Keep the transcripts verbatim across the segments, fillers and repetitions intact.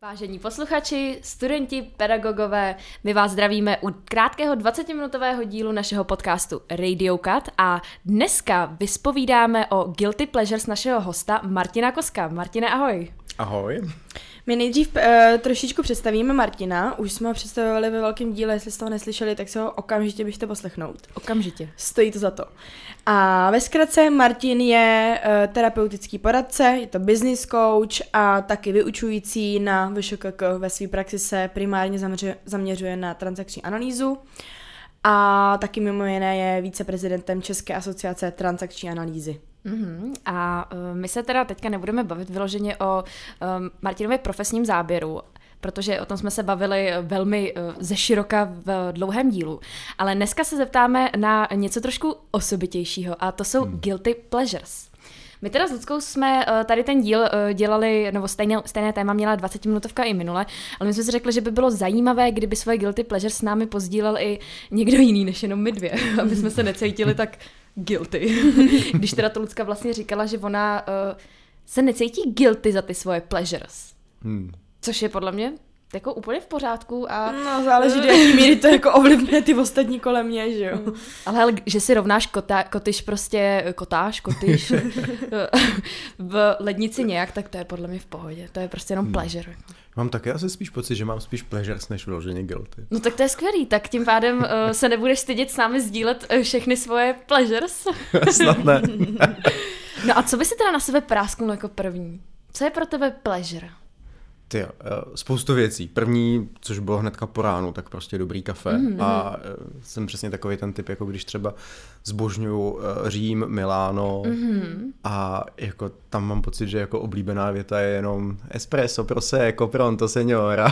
Vážení posluchači, studenti, pedagogové, my vás zdravíme u krátkého dvacetiminutového dílu našeho podcastu Radio Cut a dneska vyspovídáme o guilty pleasures našeho hosta Martina Koska. Martine, ahoj. Ahoj. My nejdřív uh, trošičku představíme Martina, už jsme ho představovali ve velkém díle, jestli jste ho neslyšeli, tak se ho okamžitě běžte poslechnout. Okamžitě. Stojí to za to. A ve zkratce Martin je uh, terapeutický poradce, je to business coach a taky vyučující na V Š K K. Ve své praxi se primárně zaměřuje, zaměřuje na transakční analýzu a taky mimo jiné je viceprezidentem České asociace transakční analýzy. Uhum. A uh, my se teda teďka nebudeme bavit vyloženě o um, Martinově profesním záběru, protože o tom jsme se bavili velmi uh, zeširoka v dlouhém dílu. Ale dneska se zeptáme na něco trošku osobitějšího a to jsou hmm. guilty pleasures. My teda s Luckou jsme uh, tady ten díl uh, dělali, nebo stejné, stejné téma měla dvacetiminutovka i minule, ale my jsme si řekli, že by bylo zajímavé, kdyby svoje guilty pleasures s námi pozdílel i někdo jiný, než jenom my dvě, aby jsme se necítili tak guilty. Když teda to Lucka vlastně říkala, že ona uh, se necítí guilty za ty svoje pleasures. Hmm. Což je podle mě jako úplně v pořádku. A no záleží, do jaký míry to jako ovlivňuje ty ostatní kolem mě, že jo. Ale, ale že si rovnáš kota, kotyš prostě, kotáš, kotyš v lednici nějak, tak to je podle mě v pohodě. To je prostě jenom pleasure. Hmm. Mám taky asi spíš pocit, že mám spíš pleasures než vyloženě guilty. No tak to je skvělý, tak tím pádem uh, se nebudeš stydět s námi sdílet uh, všechny svoje pleasures. Snad ne. No a co by si teda na sebe prásknul jako první? Co je pro tebe pleasure? Tyjo, spoustu věcí. První, což bylo hnedka po ránu, tak prostě dobrý kafe. Mm-hmm. A jsem přesně takový ten typ, jako když třeba zbožňuju Řím, Miláno mm-hmm. a jako tam mám pocit, že jako oblíbená věta je jenom espresso, prosecco, pronto, signora.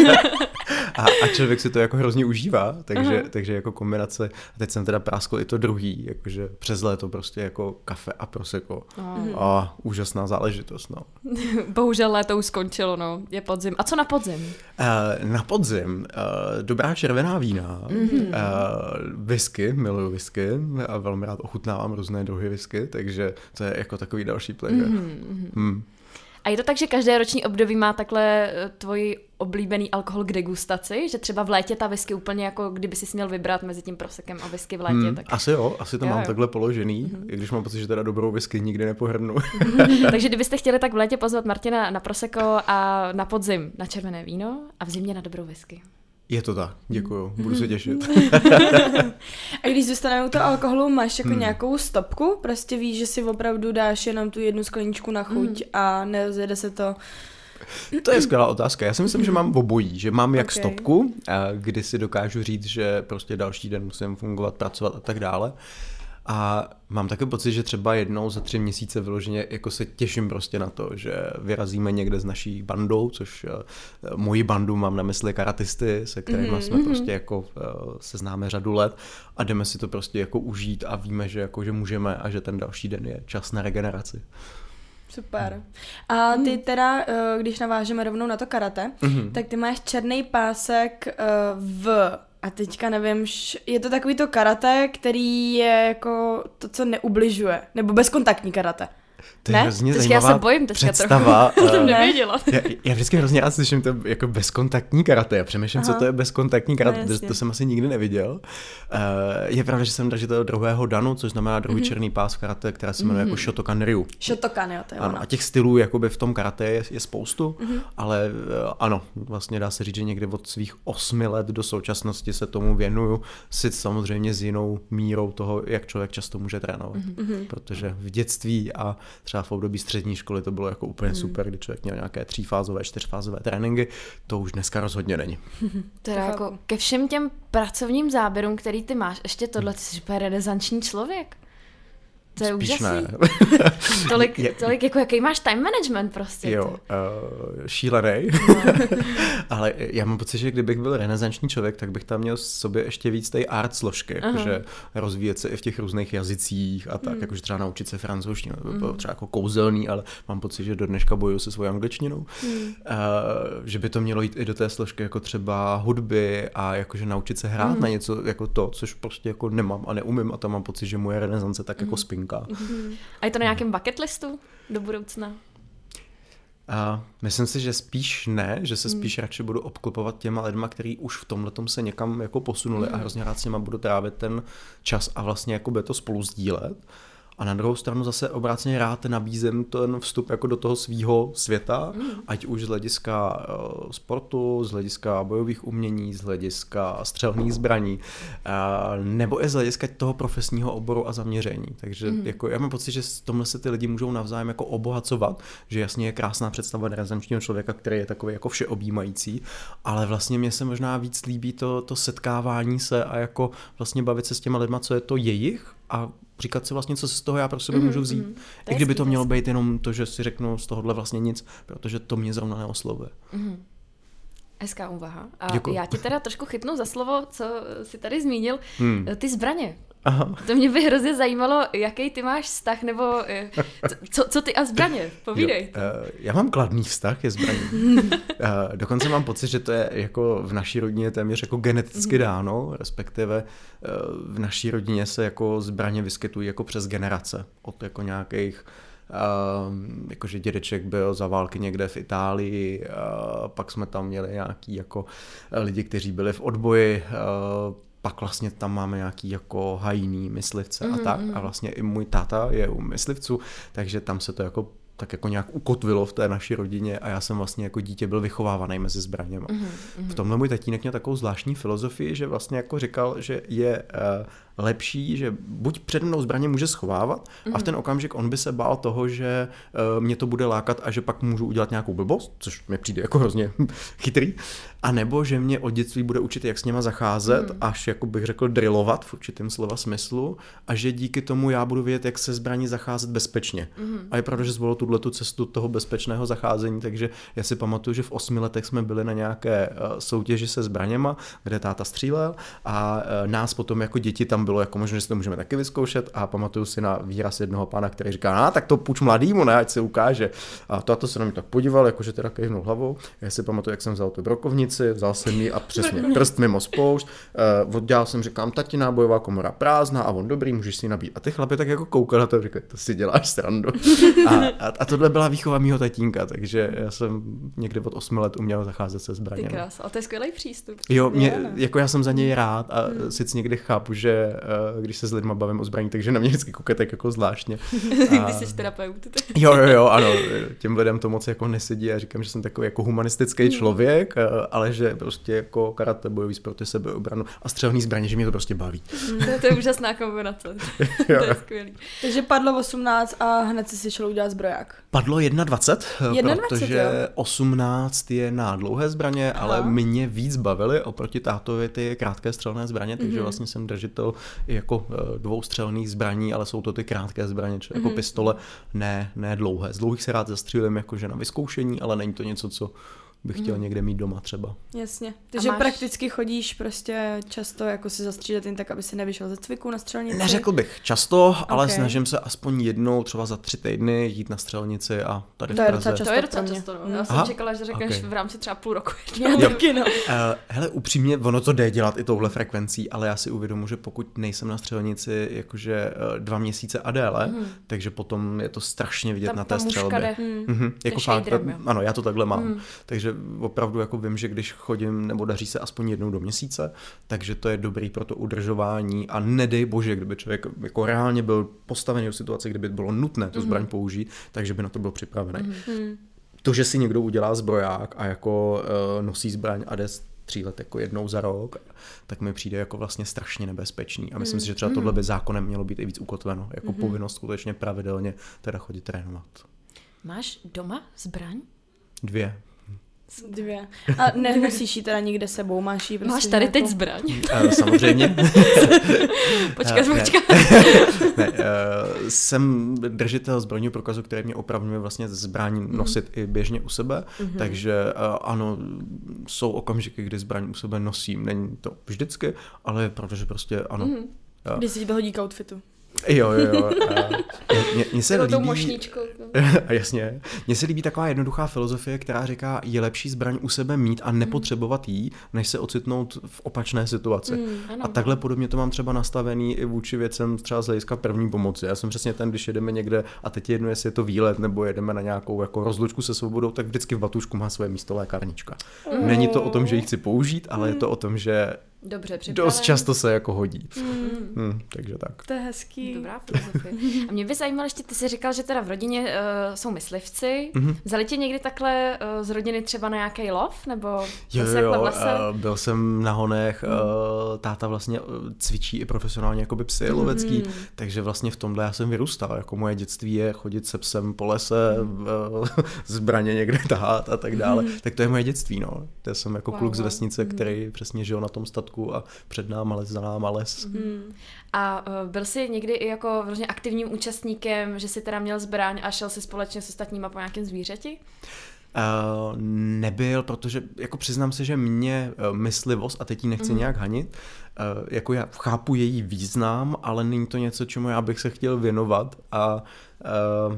A, a člověk si to jako hrozně užívá, takže, takže jako kombinace, a teď jsem teda práskl i to druhý, jakože přes léto prostě jako kafe a prosecco. Oh. A úžasná záležitost, no. Bohužel léto už skončilo, no, je podzim. A co na podzim? Uh, na podzim uh, dobrá červená vína, mm-hmm. uh, whisky, miluju whisky a velmi rád ochutnávám různé druhy whisky, takže to je jako takový další pleasure. Mm-hmm. Hmm. A je to tak, že každé roční období má takhle tvoji oblíbený alkohol k degustaci? Že třeba v létě ta whisky úplně jako kdyby si měl vybrat mezi tím prosekem a whisky v létě? Hmm, tak... Asi jo, asi to jo, mám jo. takhle položený, mm-hmm. i když mám pocit, že teda dobrou whisky nikdy nepohrnu. Takže kdybyste chtěli tak v létě pozvat Martina na prosecco a na podzim na červené víno a v zimě na dobrou whisky. Je to tak, děkuju, budu se těšit. A když zůstaneme u toho alkoholu, máš jako hmm. nějakou stopku? Prostě víš, že si opravdu dáš jenom tu jednu skleničku na chuť hmm. a nezjede se to... To je skvělá otázka. Já si myslím, že mám obojí, že mám jak okay. stopku, kdy si dokážu říct, že prostě další den musím fungovat, pracovat a tak dále. A mám taky pocit, že třeba jednou za tři měsíce vyloženě jako se těším prostě na to, že vyrazíme někde s naší bandou, což uh, moji bandu mám na mysli karatisty, se kterými mm-hmm. jsme prostě jako uh, se známe řadu let a jdeme si to prostě jako užít a víme, že jako že můžeme a že ten další den je čas na regeneraci. Super. A ty teda, když navážeme rovnou na to karate, mm-hmm. tak ty máš černý pásek v... A teďka nevím, je to takový to karate, který je jako to, co neubližuje. Nebo bezkontaktní karate. To je ne? hrozně Teďka zajímavá já se bojím teďka představa. To jsem nevěděla. Já, já vždycky hrozně rád slyším to jako bezkontaktní karate. Já přemýšlím, Aha. co to je bezkontaktní karate, no, to jsem asi nikdy neviděl. Uh, je pravda, že jsem držel toho druhého danu, což znamená druhý mm-hmm. černý pás v karate, která se jmenuje mm-hmm. jako Shotokan Ryu. Shotokan, jo, to je ano, a těch stylů jakoby v tom karate je, je spoustu, mm-hmm. ale uh, ano, vlastně dá se říct, že někdy od svých osmi let do současnosti se tomu věnuju, sice samozřejmě s jinou mírou toho, jak člověk často může trénovat. Mm-hmm. Protože v dětství a třeba v období střední školy to bylo jako úplně mm. super, kdy člověk měl nějaké třífázové, čtyřfázové tréninky, to už dneska rozhodně není. Teda jako ke všem těm pracovním záběrům, který ty máš, ještě tohle, ty jsi úplně renesanční člověk. To je úžasný. tolik, je, tolik, jako jaký máš time management prostě. Jo, uh, šílenej. No. Ale já mám pocit, že kdybych byl renesanční člověk, tak bych tam měl v sobě ještě víc té art složky, jakože rozvíjet se i v těch různých jazycích a tak, mm. jakože třeba naučit se francouzštinu, to bylo třeba jako kouzelný, ale mám pocit, že do dneška bojuju se svou angličtinou. Mm. Uh, že by to mělo jít i do té složky jako třeba hudby a jakože naučit se hrát mm. na něco jako to, což prostě jako nemám a neumím a tam mám pocit, že moje renesance tak mm. jako spinká. Mm. A je to na nějakém bucket listu do budoucna? A myslím si, že spíš ne, že se spíš hmm. radši budu obklopovat těma lidma, kteří už v tomhletom se někam jako posunuli hmm. a hrozně rád s nima budu trávit ten čas a vlastně jako by to spolu sdílet. A na druhou stranu zase obráceně rád nabízím ten vstup jako do toho svýho světa, mm. ať už z hlediska uh, sportu, z hlediska bojových umění, z hlediska střelných zbraní, uh, nebo i z hlediska toho profesního oboru a zaměření. Takže mm. jako, já mám pocit, že s tomhle se ty lidi můžou navzájem jako obohacovat, že jasně je krásná představa renesančního člověka, který je takový jako všeobjímající, ale vlastně mně se možná víc líbí to, to setkávání se a jako vlastně bavit se s těma lidma, co je to jejich, a říkat si vlastně, co si z toho já pro sebe mm, můžu vzít. Mm, I kdyby to mělo být jenom to, že si řeknu z tohohle vlastně nic, protože to mě zrovna neoslovuje. Mm. Hezká úvaha. A Děkuju. Já ti teda trošku chytnu za slovo, co jsi tady zmínil. Hmm. Ty zbraně. Aha. To mě by hrozně zajímalo, jaký ty máš vztah, nebo co, co ty a zbraně? Povídej. Jo, já mám kladný vztah ke zbraním. Dokonce mám pocit, že to je jako v naší rodině téměř jako geneticky dáno, respektive v naší rodině se jako zbraně vyskytují jako přes generace. Od jako nějakých Uh, jakože dědeček byl za války někde v Itálii, uh, pak jsme tam měli nějaký jako lidi, kteří byli v odboji, uh, pak vlastně tam máme nějaký jako hajný myslivce mm-hmm. a tak a vlastně i můj táta je u myslivců, takže tam se to jako tak jako nějak ukotvilo v té naší rodině a já jsem vlastně jako dítě byl vychovávaný mezi zbraněma. Mm-hmm. V tomhle můj tatínek měl takovou zvláštní filozofii, že vlastně jako říkal, že je uh, lepší, že buď přede mnou zbraně může schovávat mm-hmm. a v ten okamžik on by se bál toho, že uh, mě to bude lákat a že pak můžu udělat nějakou blbost, což mi přijde jako hrozně chytrý, a nebo že mě od dětství bude učit, jak s něma zacházet, mm. až jako bych řekl drillovat v určitém slova smyslu a že díky tomu já budu vědět, jak se zbraní zacházet bezpečně. Mm. A je pravda, že zvolil tuto cestu toho bezpečného zacházení, takže já si pamatuju, že v osmi letech jsme byli na nějaké uh, soutěži se zbraněma, kde táta střílel a uh, nás potom jako děti tam bylo jako možná, že si to můžeme taky vyzkoušet a pamatuju si na výraz jednoho pána, který říká, a tak to půjč mladýmu, ne, ať se ukáže. A táta se na mě tak podíval, jakože teda kejhnul hlavou. Já si pamatuju, jak jsem vzal tu brokovnici, vzal jsem ji a přesně prst mimo spoušť, uh, oddělal jsem, říkám, tatina, bojová komora prázdná a on dobrý, můžeš si ji nabít. A ty chlapi tak jako koukali na to a říkali, to si děláš srandu. A, a, a tohle byla výchova mýho tatínka, takže já jsem někdy od osmi let uměl zacházet se zbraněmi. Ty krás, ale to je skvělý přístup. Jo, mě, jako já jsem za něj rád a hmm. sice někdy chápu, že uh, když se s lidma bavím o zbraní, takže na mě vždycky koukáte jako zvláštně. A... Když jsi terapeut. jo, jo, jo, ano, těm lidem to moc jako nesedí a říkám, že jsem takový jako humanistický člověk, uh, ale že prostě jako karate, bojový sporty, sebeobranu a střelný zbraně, že mě to prostě baví. to, to je úžasná kombinace. To je skvělý. Takže padlo osmnáct a hned si šel udělat zbroják. Padlo dvacet jedna, protože jo. osmnáct je na dlouhé zbraně, Aha. ale mě víc bavily oproti tátovi ty krátké střelné zbraně, takže mm-hmm. vlastně jsem držitel jako dvou střelných zbraní, ale jsou to ty krátké zbraně, či jako mm-hmm. pistole, ne, ne dlouhé. Z dlouhých se rád zastřílím jakože na vyzkoušení, ale není to něco, co bych chtěl hmm. někde mít doma třeba. Jasně. Takže máš... prakticky chodíš prostě často jako si zastřílet jen tak, aby si nevyšel ze cviku na střelnici? Neřekl bych často, okay. ale snažím se aspoň jednou třeba za tři týdny jít na střelnici a tady to v Praze. Je často, to je docela často. No. Já jsem Aha. čekala, že řekneš okay. v rámci třeba půl roku. Já taky, no. Uh, hele, upřímně, ono to jde dělat i touhle frekvencí, ale já si uvědomuji, že pokud nejsem na střelnici jakože uh, dva měsíce a déle, hmm. takže potom je to strašně vidět tam, na té střelbě. Hmm. Mm-hmm. Jako fakt, shaderem, ano, já to takhle mám. Hmm. Takže opravdu jako vím, že když chodím nebo daří se aspoň jednou do měsíce, takže to je dobrý pro to udržování a nedej bože, kdyby člověk jako reálně byl postavený do situace, kdyby bylo nutné tu zbraň mm-hmm. použít, takže by na to byl připravený. Mm-hmm. To, že si někdo udělá zbroják a jako uh, nosí zbraň a jde střílet jako jednou za rok, tak mi přijde jako vlastně strašně nebezpečný. A myslím mm. si, že třeba tohle by zákonem mělo být i víc ukotveno, jako mm. povinnost skutečně pravidelně teda chodit trénovat. Máš doma zbraň? Dvě. Dvě. A nemusíš jí teda nikde sebou, máš jí prostě Máš tady nějakou... teď zbraň. Uh, samozřejmě. počkat, uh, počkat. Ne, uh, jsem držitel zbrojního průkazu, který mě opravňuje vlastně zbraň nosit mm. i běžně u sebe, mm-hmm. takže uh, ano, jsou okamžiky, kdy zbraň u sebe nosím. Není to vždycky, ale protože prostě ano. Mm. Uh, Kdy si to hodí k outfitu. Jo, jo, jo. Mně se líbí... mošničkou. Jasně. Mně se líbí taková jednoduchá filozofie, která říká, je lepší zbraň u sebe mít a nepotřebovat jí, než se ocitnout v opačné situaci. Mm, a takhle podobně to mám třeba nastavený i vůči věcem třeba z hlediska první pomoci. Já jsem přesně ten, když jedeme někde a teď jedno, jestli je to výlet nebo jedeme na nějakou jako rozlučku se svobodou, tak vždycky v batušku má svoje místo lékárnička. Mm. Není to o tom, že ji chci použít, ale je to o tom, že dobře dost často se jako hodí. Mm. Hmm, takže tak. To je hezký. Dobrá filozofie. A mě by zajímalo ještě, ty jsi říkal, že teda v rodině uh, jsou myslivci. Mm-hmm. Vzali tě někdy takhle uh, z rodiny třeba na nějaký lov? Nebo jo, jo, uh, byl jsem na honech, mm. uh, táta vlastně cvičí i profesionálně jako by psy lovecký, mm. takže vlastně v tomhle já jsem vyrůstal. Jako moje dětství je chodit se psem po lese, mm. uh, zbraně někde tahat a tak dále. Mm. Tak to je moje dětství, no. To jsem jako wow, kluk z vesnice, mm. který přesně žil na tom statku a před náma les, za náma les. Mm. A uh, byl jsi někdy i jako vlastně aktivním účastníkem, že jsi teda měl zbraň a šel si společně s ostatníma po nějakém zvířeti? Uh, nebyl, protože jako přiznám se, že mě uh, myslivost, a teď ji nechci mm. nějak hanit, uh, jako já chápu její význam, ale není to něco, čemu já bych se chtěl věnovat a uh,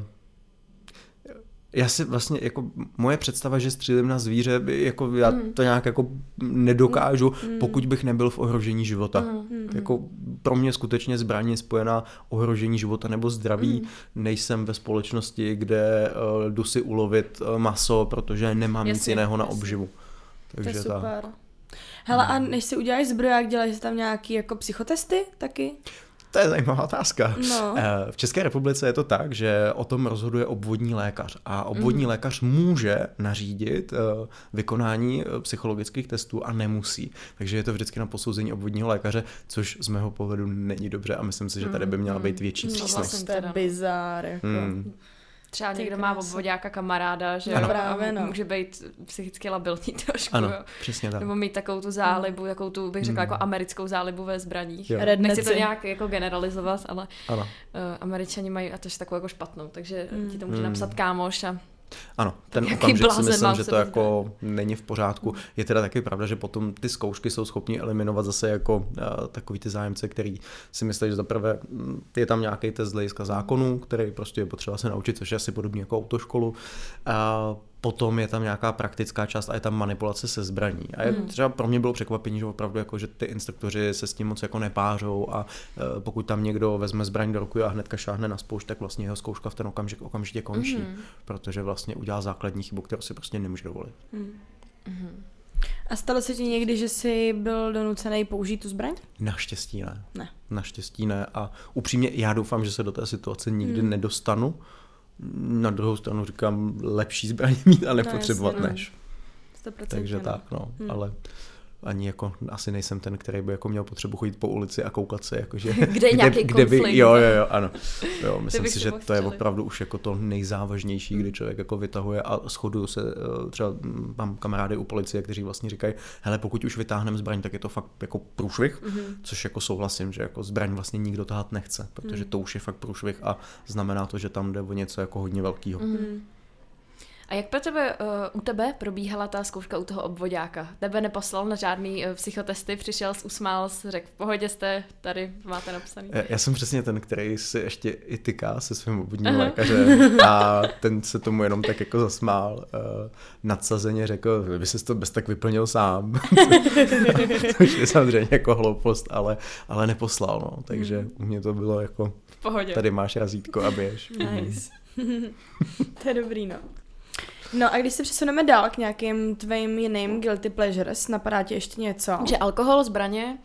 já si vlastně, jako moje představa, že střílím na zvíře, jako já to nějak jako nedokážu, mm. pokud bych nebyl v ohrožení života. Mm. Jako pro mě skutečně zbraň je spojená ohrožení života nebo zdraví. Mm. Nejsem ve společnosti, kde uh, jdu si ulovit uh, maso, protože nemám jasně, nic jiného na jasně. obživu. Takže to je super. Ta... Hele, a než si uděláš zbroják, děláš tam nějaký jako psychotesty taky? To je zajímavá otázka. No. V České republice je to tak, že o tom rozhoduje obvodní lékař a obvodní mm. lékař může nařídit vykonání psychologických testů a nemusí. Takže je to vždycky na posouzení obvodního lékaře, což z mého pohledu není dobře a myslím si, že tady by měla být větší přísnost. No vlastně to je bizár. Jako. Mm. Třeba někdo má obvoďáka kamaráda, že ano. Právě, no. může být psychicky labilní trošku. Ano, jo. přesně tak. Nebo mít takovou tu zálibu, mm. jakou tu bych řekla mm. jako americkou zálibu ve zbraních. Jo. Nechci to nějak jako generalizovat, ale ano. uh, Američani mají a to je takovou jako špatnou, takže mm. ti to může napsat kámoš a ano, ten okamžik si myslím, že to jako není v pořádku. Je teda taky pravda, že potom ty zkoušky jsou schopni eliminovat zase jako uh, takový ty zájemce, který si myslí, že zaprvé je tam nějaký test z hlediska zákonu, který prostě je potřeba se naučit, což je asi podobně jako autoškolu. Uh, Potom je tam nějaká praktická část a je tam manipulace se zbraní. A je, hmm. třeba pro mě bylo překvapení, že opravdu jako, že ty instruktoři se s tím moc jako nepářou a uh, pokud tam někdo vezme zbraň do ruky a hnedka šáhne na spoušť, tak vlastně jeho zkouška v ten okamžik okamžitě končí, hmm. protože vlastně udělá základní chybu, kterou si prostě nemůže dovolit. Hmm. Hmm. A stalo se ti někdy, že jsi byl donucený použít tu zbraň? Naštěstí ne. Ne. Naštěstí ne a upřímně já doufám, že se do té situace nikdy hmm. nedostanu. Na druhou stranu říkám, lepší zbraň mít a nepotřebovat no, než. sto procent Takže tak, no, hmm. ale ani jako asi nejsem ten, který by jako měl potřebu chodit po ulici a koukat se, jakože kde je nějaký kde konflikt. By, jo, jo, jo, ano. Jo, myslím si, že to je opravdu už jako to nejzávažnější, kdy člověk jako vytahuje a shoduju se, třeba mám kamarády u policie, kteří vlastně říkají, hele, pokud už vytáhneme zbraň, tak je to fakt jako průšvih, mm-hmm. což jako souhlasím, že jako zbraň vlastně nikdo tahat nechce, protože mm. to už je fakt průšvih a znamená to, že tam jde o něco jako hodně velkýho. Mm. A jak pro tebe, uh, u tebe probíhala ta zkouška u toho obvoďáka? Tebe neposlal na žádný uh, psychotesty, přišel, usmál, řekl, v pohodě jste, tady máte napsaný. Já jsem přesně ten, který si ještě i tyká se svým obvodním lékařem a ten se tomu jenom tak jako zasmál. Uh, nadsazeně řekl, vy jsi to bez tak vyplnil sám. Což je samozřejmě jako hloupost, ale, ale neposlal, no. Takže mm. u mě to bylo jako, v pohodě. Tady máš razítko a běž. Nice. To je dobrý, no. No a když se přesuneme dál k nějakým tvým jiným guilty pleasures, napadá ti ještě něco? Že alkohol, zbraně?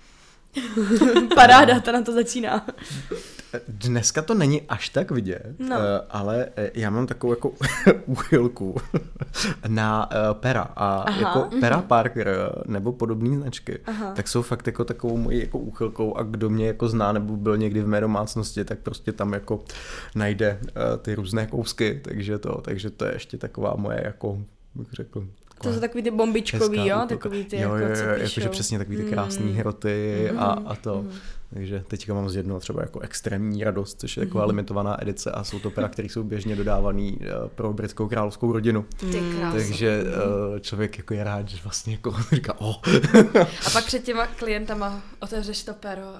Paráda, to na to začíná. Dneska to není až tak vidět, no. ale já mám takovou jako úchylku na pera a Aha, jako pera mm. Parker nebo podobné značky, Aha. tak jsou fakt jako takovou mojí jako úchylkou a kdo mě jako zná nebo byl někdy v mé domácnosti, tak prostě tam jako najde ty různé kousky, takže to, takže to je ještě taková moje jako, bych řekl, to jsou takový ty bombičkový, jo? Takový ty jo, jako, jo, co jo, jakože přesně takový ty krásný mm. hroty a, a to. Mm. Takže teďka mám z jednoho třeba jako extrémní radost, což je taková mm. limitovaná edice a jsou to pera, které jsou běžně dodávaný pro britskou královskou rodinu. Ty krásný. Takže člověk jako je rád, že vlastně jako říká oh. A pak před těma klientama otevřeš to pero a mm.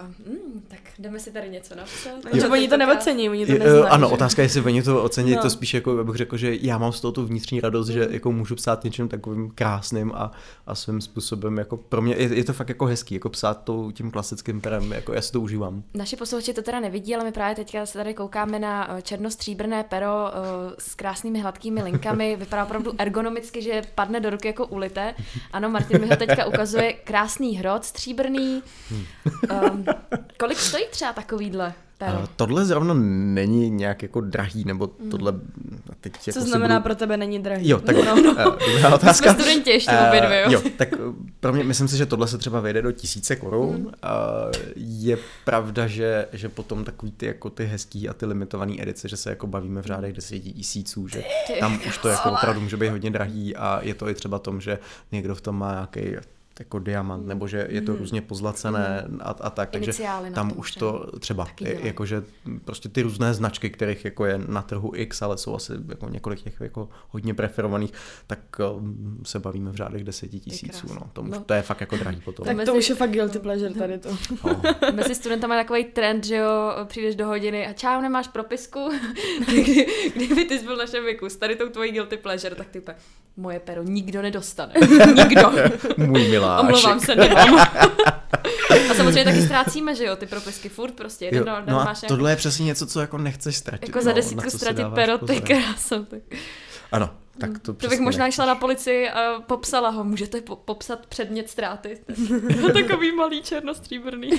Hmm, tak jdeme si tady něco napsat. Že oni to neocení, oni to neznají. Ano, že? otázka je, jestli oni to ocení, no. To spíš jako, abych řekl, že já mám z toho tu vnitřní radost, mm. že jako můžu psát něčím takovým krásným a, a svým způsobem, jako pro mě je, je to fakt jako hezký, jako psát to tím klasickým perem, jako já si to užívám. Naši posluchači to teda nevidí, ale my právě teďka se tady koukáme na černostříbrné pero uh, s krásnými hladkými linkami, vypadá opravdu ergonomicky, že padne do ruky jako ulité. Ano, Martin mi ho teďka ukazuje, krásný hrot, stříbrný. Um, kolik stojí třeba takovýhle pero? Uh, tohle zrovna není nějak jako drahý, nebo tohle... Teď Co jako znamená budu... pro tebe není drahý? Jo, tak no, no. Uh, dobrá otázka. Jsme studenti ještě uh, obě dvě, jo. jo. Tak pro mě, myslím si, že tohle se třeba vejde do tisíce korun. Mm. Uh, je pravda, že, že potom takový ty, jako ty hezký a ty limitovaný edice, že se jako bavíme v řádech deseti tisíců, že tam už to jako opravdu může být hodně drahý a je to i třeba tom, že někdo v tom má nějaký jako diamant, nebo že je to různě pozlacené a, a tak, takže tam už to třeba, jakože prostě ty různé značky, kterých jako je na trhu X, ale jsou asi jako několik těch jako hodně preferovaných, tak um, se bavíme v řádech deseti tisíců, no. To, no. To je fakt jako drahý potom. Tak to už je fakt guilty pleasure tady to. Oh. Mezi studentama je takový trend, že jo, přijdeš do hodiny a čau, nemáš propisku? Kdyby ty jsi byl v našem věku s tady tou tvojí guilty pleasure, tak ty moje pero nikdo nedostane. Nikdo. Můj milá. Omlouvám se, nemám. A samozřejmě taky ztrácíme, že jo, ty propisky furt prostě. Jeden jo, den no a máš tohle nějaký... je přesně něco, co jako nechceš ztratit. Jako za no, desítku ztratit pero, ty krása. Tak. Ano, tak to To bych možná nechceš. šla na policii a popsala ho. Můžete po- popsat předmět ztráty? Takový malý černostříbrný.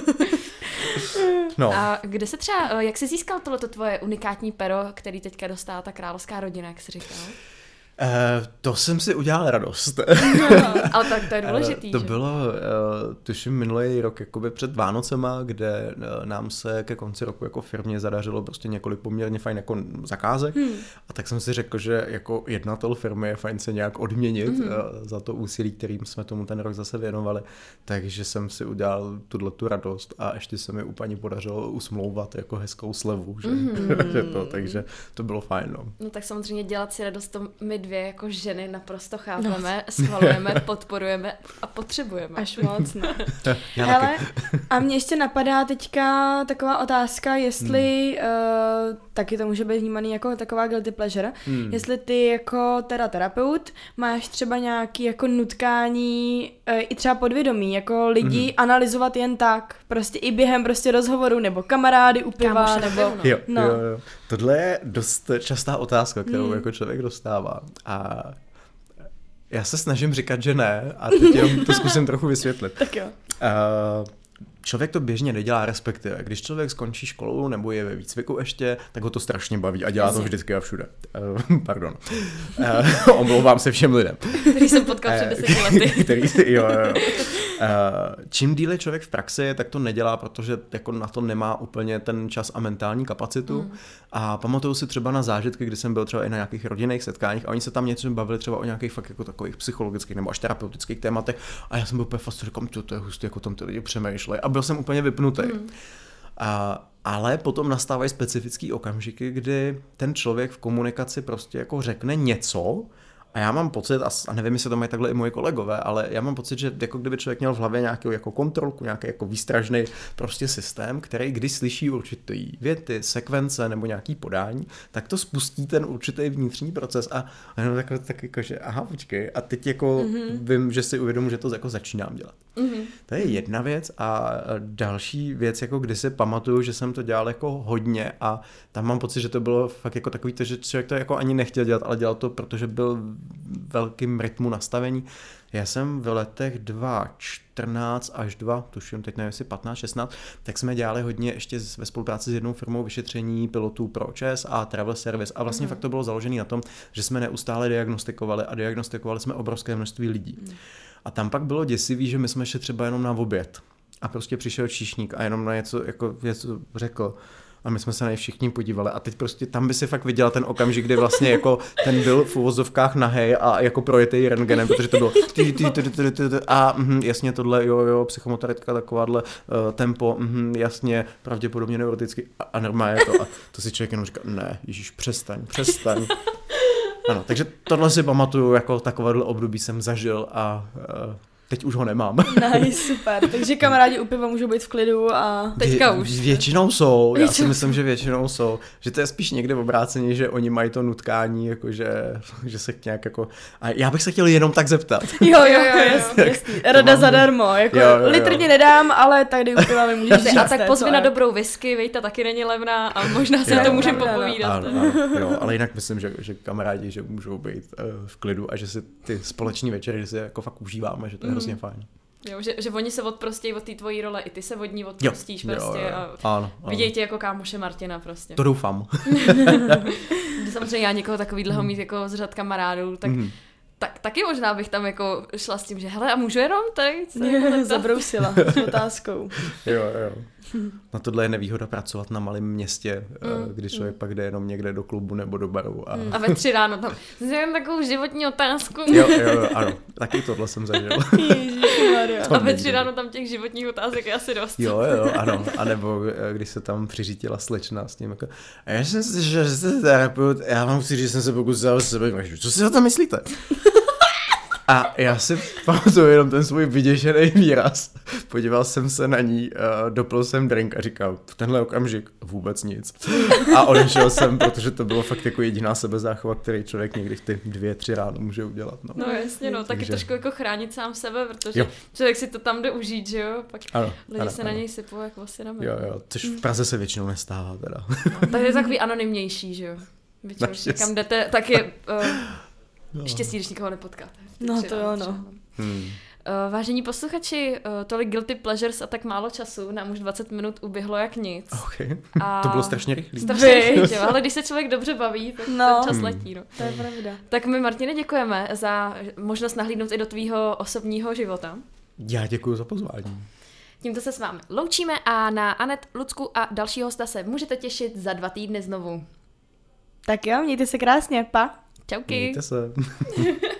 No. A kde se třeba, jak jsi získal tohleto tvoje unikátní pero, který teďka dostala ta královská rodina, jak jsi říkal? Uh, to jsem si udělal radost. No, ale tak to je důležitý. Uh, to že? bylo, uh, tuším, minulý rok jakoby před Vánocema, kde uh, nám se ke konci roku jako firmě zadařilo prostě několik poměrně fajn jako zakázek. Hmm. A tak jsem si řekl, že jako jednatel firmy je fajn se nějak odměnit hmm. uh, za to úsilí, kterým jsme tomu ten rok zase věnovali. Takže jsem si udělal tuto radost a ještě se mi úplně podařilo usmlouvat jako hezkou slevu. Že? Hmm. že to, takže to bylo fajn. No. no tak samozřejmě dělat si radost to my dvě jako ženy naprosto chápeme, no. schvalujeme, podporujeme a potřebujeme. Až moc, no. Hele, a mě ještě napadá teďka taková otázka, jestli, hmm. uh, taky to může být vnímaný jako taková guilty pleasure, hmm. jestli ty jako teda terapeut máš třeba nějaký jako nutkání uh, i třeba podvědomí, jako lidi hmm. analyzovat jen tak, prostě i během prostě rozhovoru, nebo kamarády u piva, nebo... No. Jo, no. jo, jo. Tohle je dost častá otázka, kterou hmm. jako člověk dostává. A já se snažím říkat, že ne, a teď jenom to zkusím trochu vysvětlit. Tak jo. Uh, člověk to běžně nedělá, respektive. Když člověk skončí školu nebo je ve výcviku ještě, tak ho to strašně baví a dělá to vždycky a všude. Uh, pardon. Uh, omlouvám se všem lidem. Který jsem potkal před deseti lety. Který, jo, jo. Uh, čím díl je člověk v praxi, tak to nedělá, protože jako na to nemá úplně ten čas a mentální kapacitu. Mm. A pamatuju si třeba na zážitky, kdy jsem byl třeba i na nějakých rodinných setkáních a oni se tam něco bavili třeba o nějakých fakt jako takových psychologických nebo až terapeutických tématech a já jsem byl úplně fast, říkám, to je hustý, jako tam ty lidi přemýšlejí a byl jsem úplně vypnutý. Mm. A, ale potom nastávají specifický okamžiky, kdy ten člověk v komunikaci prostě jako řekne něco. A já mám pocit, a nevím, jestli to mají takhle i moji kolegové, ale já mám pocit, že jako kdyby člověk měl v hlavě nějakou jako kontrolku, nějaký jako výstražný prostě systém, který když slyší určitý věty, sekvence nebo nějaký podání, tak to spustí ten určitý vnitřní proces a jenom tak, tak jako, že aha, počkej, a teď jako mm-hmm. vím, že si uvědomuji, že to jako začínám dělat. Mm-hmm. To je jedna věc a další věc, jako kdy si pamatuju, že jsem to dělal jako hodně a tam mám pocit, že to bylo fakt jako takový to, že člověk to jako ani nechtěl dělat, ale dělal to, protože byl velkým rytmu nastavení. Já jsem v letech dva tisíce čtrnáct až dva, tuším teď nevím, jestli patnáct šestnáct, tak jsme dělali hodně ještě ve spolupráci s jednou firmou vyšetření pilotů pro ČES a Travel Service a vlastně mm. fakt to bylo založené na tom, že jsme neustále diagnostikovali a diagnostikovali jsme obrovské množství lidí. Mm. A tam pak bylo děsivý, že my jsme šli třeba jenom na oběd a prostě přišel číšník a jenom na něco, jako něco řekl. A my jsme se na ně všichni podívali a teď prostě tam by si fakt viděla ten okamžik, kdy vlastně jako ten byl v uvozovkách nahej a jako projetej rentgenem, protože to bylo ty, ty, ty, ty, ty, ty, a mm, jasně tohle, jo, jo, psychomotorická takováhle uh, tempo, mm, jasně, pravděpodobně neuroticky a, a normálně to a to si člověk jenom říká, ne, ježíš, přestaň, přestaň. Ano, takže tohle si pamatuju, jako takovéhle období jsem zažil a uh, Teď už ho nemám. Nice, super. Takže kamarádi u piva můžou být v klidu a... Teďka Vě, už. Většinou jsou, já si myslím, že většinou jsou. Že to je spíš někde v obrácení, že oni mají to nutkání, jakože, že se nějak jako... A já bych se chtěl jenom tak zeptat. Jo, jo, jo, jasný, jasný. Rada zadarmo, jako Jo, jo, jo. litr ti nedám, ale tady u piva mi můžeš říct. A tak ne, pozvi co na jak. dobrou whisky, vejta taky není levná a možná se Jo, to můžeme pravda, no. popovídat. Ano, ano, jo, ale jinak myslím, že, že kamarádi, že můžou být uh, v klidu a že si ty společní večery si jako fakt užíváme, že to je Mm. hrozně fajn. Jo, že, že oni se odprostějí od té tvojí role, i ty se od ní odprostíš Jo, prostě jo, jo. a Ano, ano. viděj tě jako kámoše Martina prostě. To doufám. Samozřejmě já někoho takovýhleho mít jako z řad kamarádů, tak, Mhm. tak taky možná bych tam jako šla s tím, že hele a můžu jenom tady? Co jako Mě tak to- zabrousila s otázkou. Jo, jo. Na tohle je nevýhoda pracovat na malém městě, Mm, kdy člověk pak jde jenom někde do klubu nebo do baru. A... A ve tři ráno tam jsem takovou životní otázku. Jo, jo, jo, ano. Taky tohle jsem zažil. Ježišmarja. To A ve nikdy. tři ráno tam těch životních otázek je asi dost. Jo, jo, ano. A nebo eh, když se tam přiřítila slečna s tím jako, a já jsem si, že jste terapeut, já vám chci říct, že jsem se pokusil o sebe, co si o tom myslíte? A já si pamatuju jenom ten svůj vyděšený výraz. Podíval jsem se na ní, uh, dopil jsem drink a říkal, v tenhle okamžik vůbec nic. A odešel jsem, protože to bylo fakt jako jediná sebezáchova, který člověk někdy v ty dvě, tři ráno může udělat. No, No jasně, no, taky Takže- trošku jako chránit sám sebe, protože Jo. člověk si to tam jde užít, že jo, pak Ano, lidi ano, se ano. na něj sypou jak vlastně na Jo, jo, což v Praze se většinou nestává teda. No, tak je takový anonymnější, že jo. Většinou, když Naštěstí. někam jdete, tak je uh, štěstí, když nikoho nepotkáte. No, Tři to ráno jo, no. třeba. Hmm. Uh, vážení posluchači, uh, tolik guilty pleasures a tak málo času, nám už dvacet minut uběhlo jak nic. Okay. A... To bylo strašně rychlý. Strašně Viď? rychle, ale když se člověk dobře baví, tak No. ten čas Hmm. letí. No. To je pravda. Tak my, Martine, děkujeme za možnost nahlídnout i do tvýho osobního života. Já děkuji za pozvání. Tímto se s vámi loučíme a na Anet, Lucku a další hosta se můžete těšit za dva týdny znovu. Tak jo, mějte se krásně, pa. Čauky. Mějte se.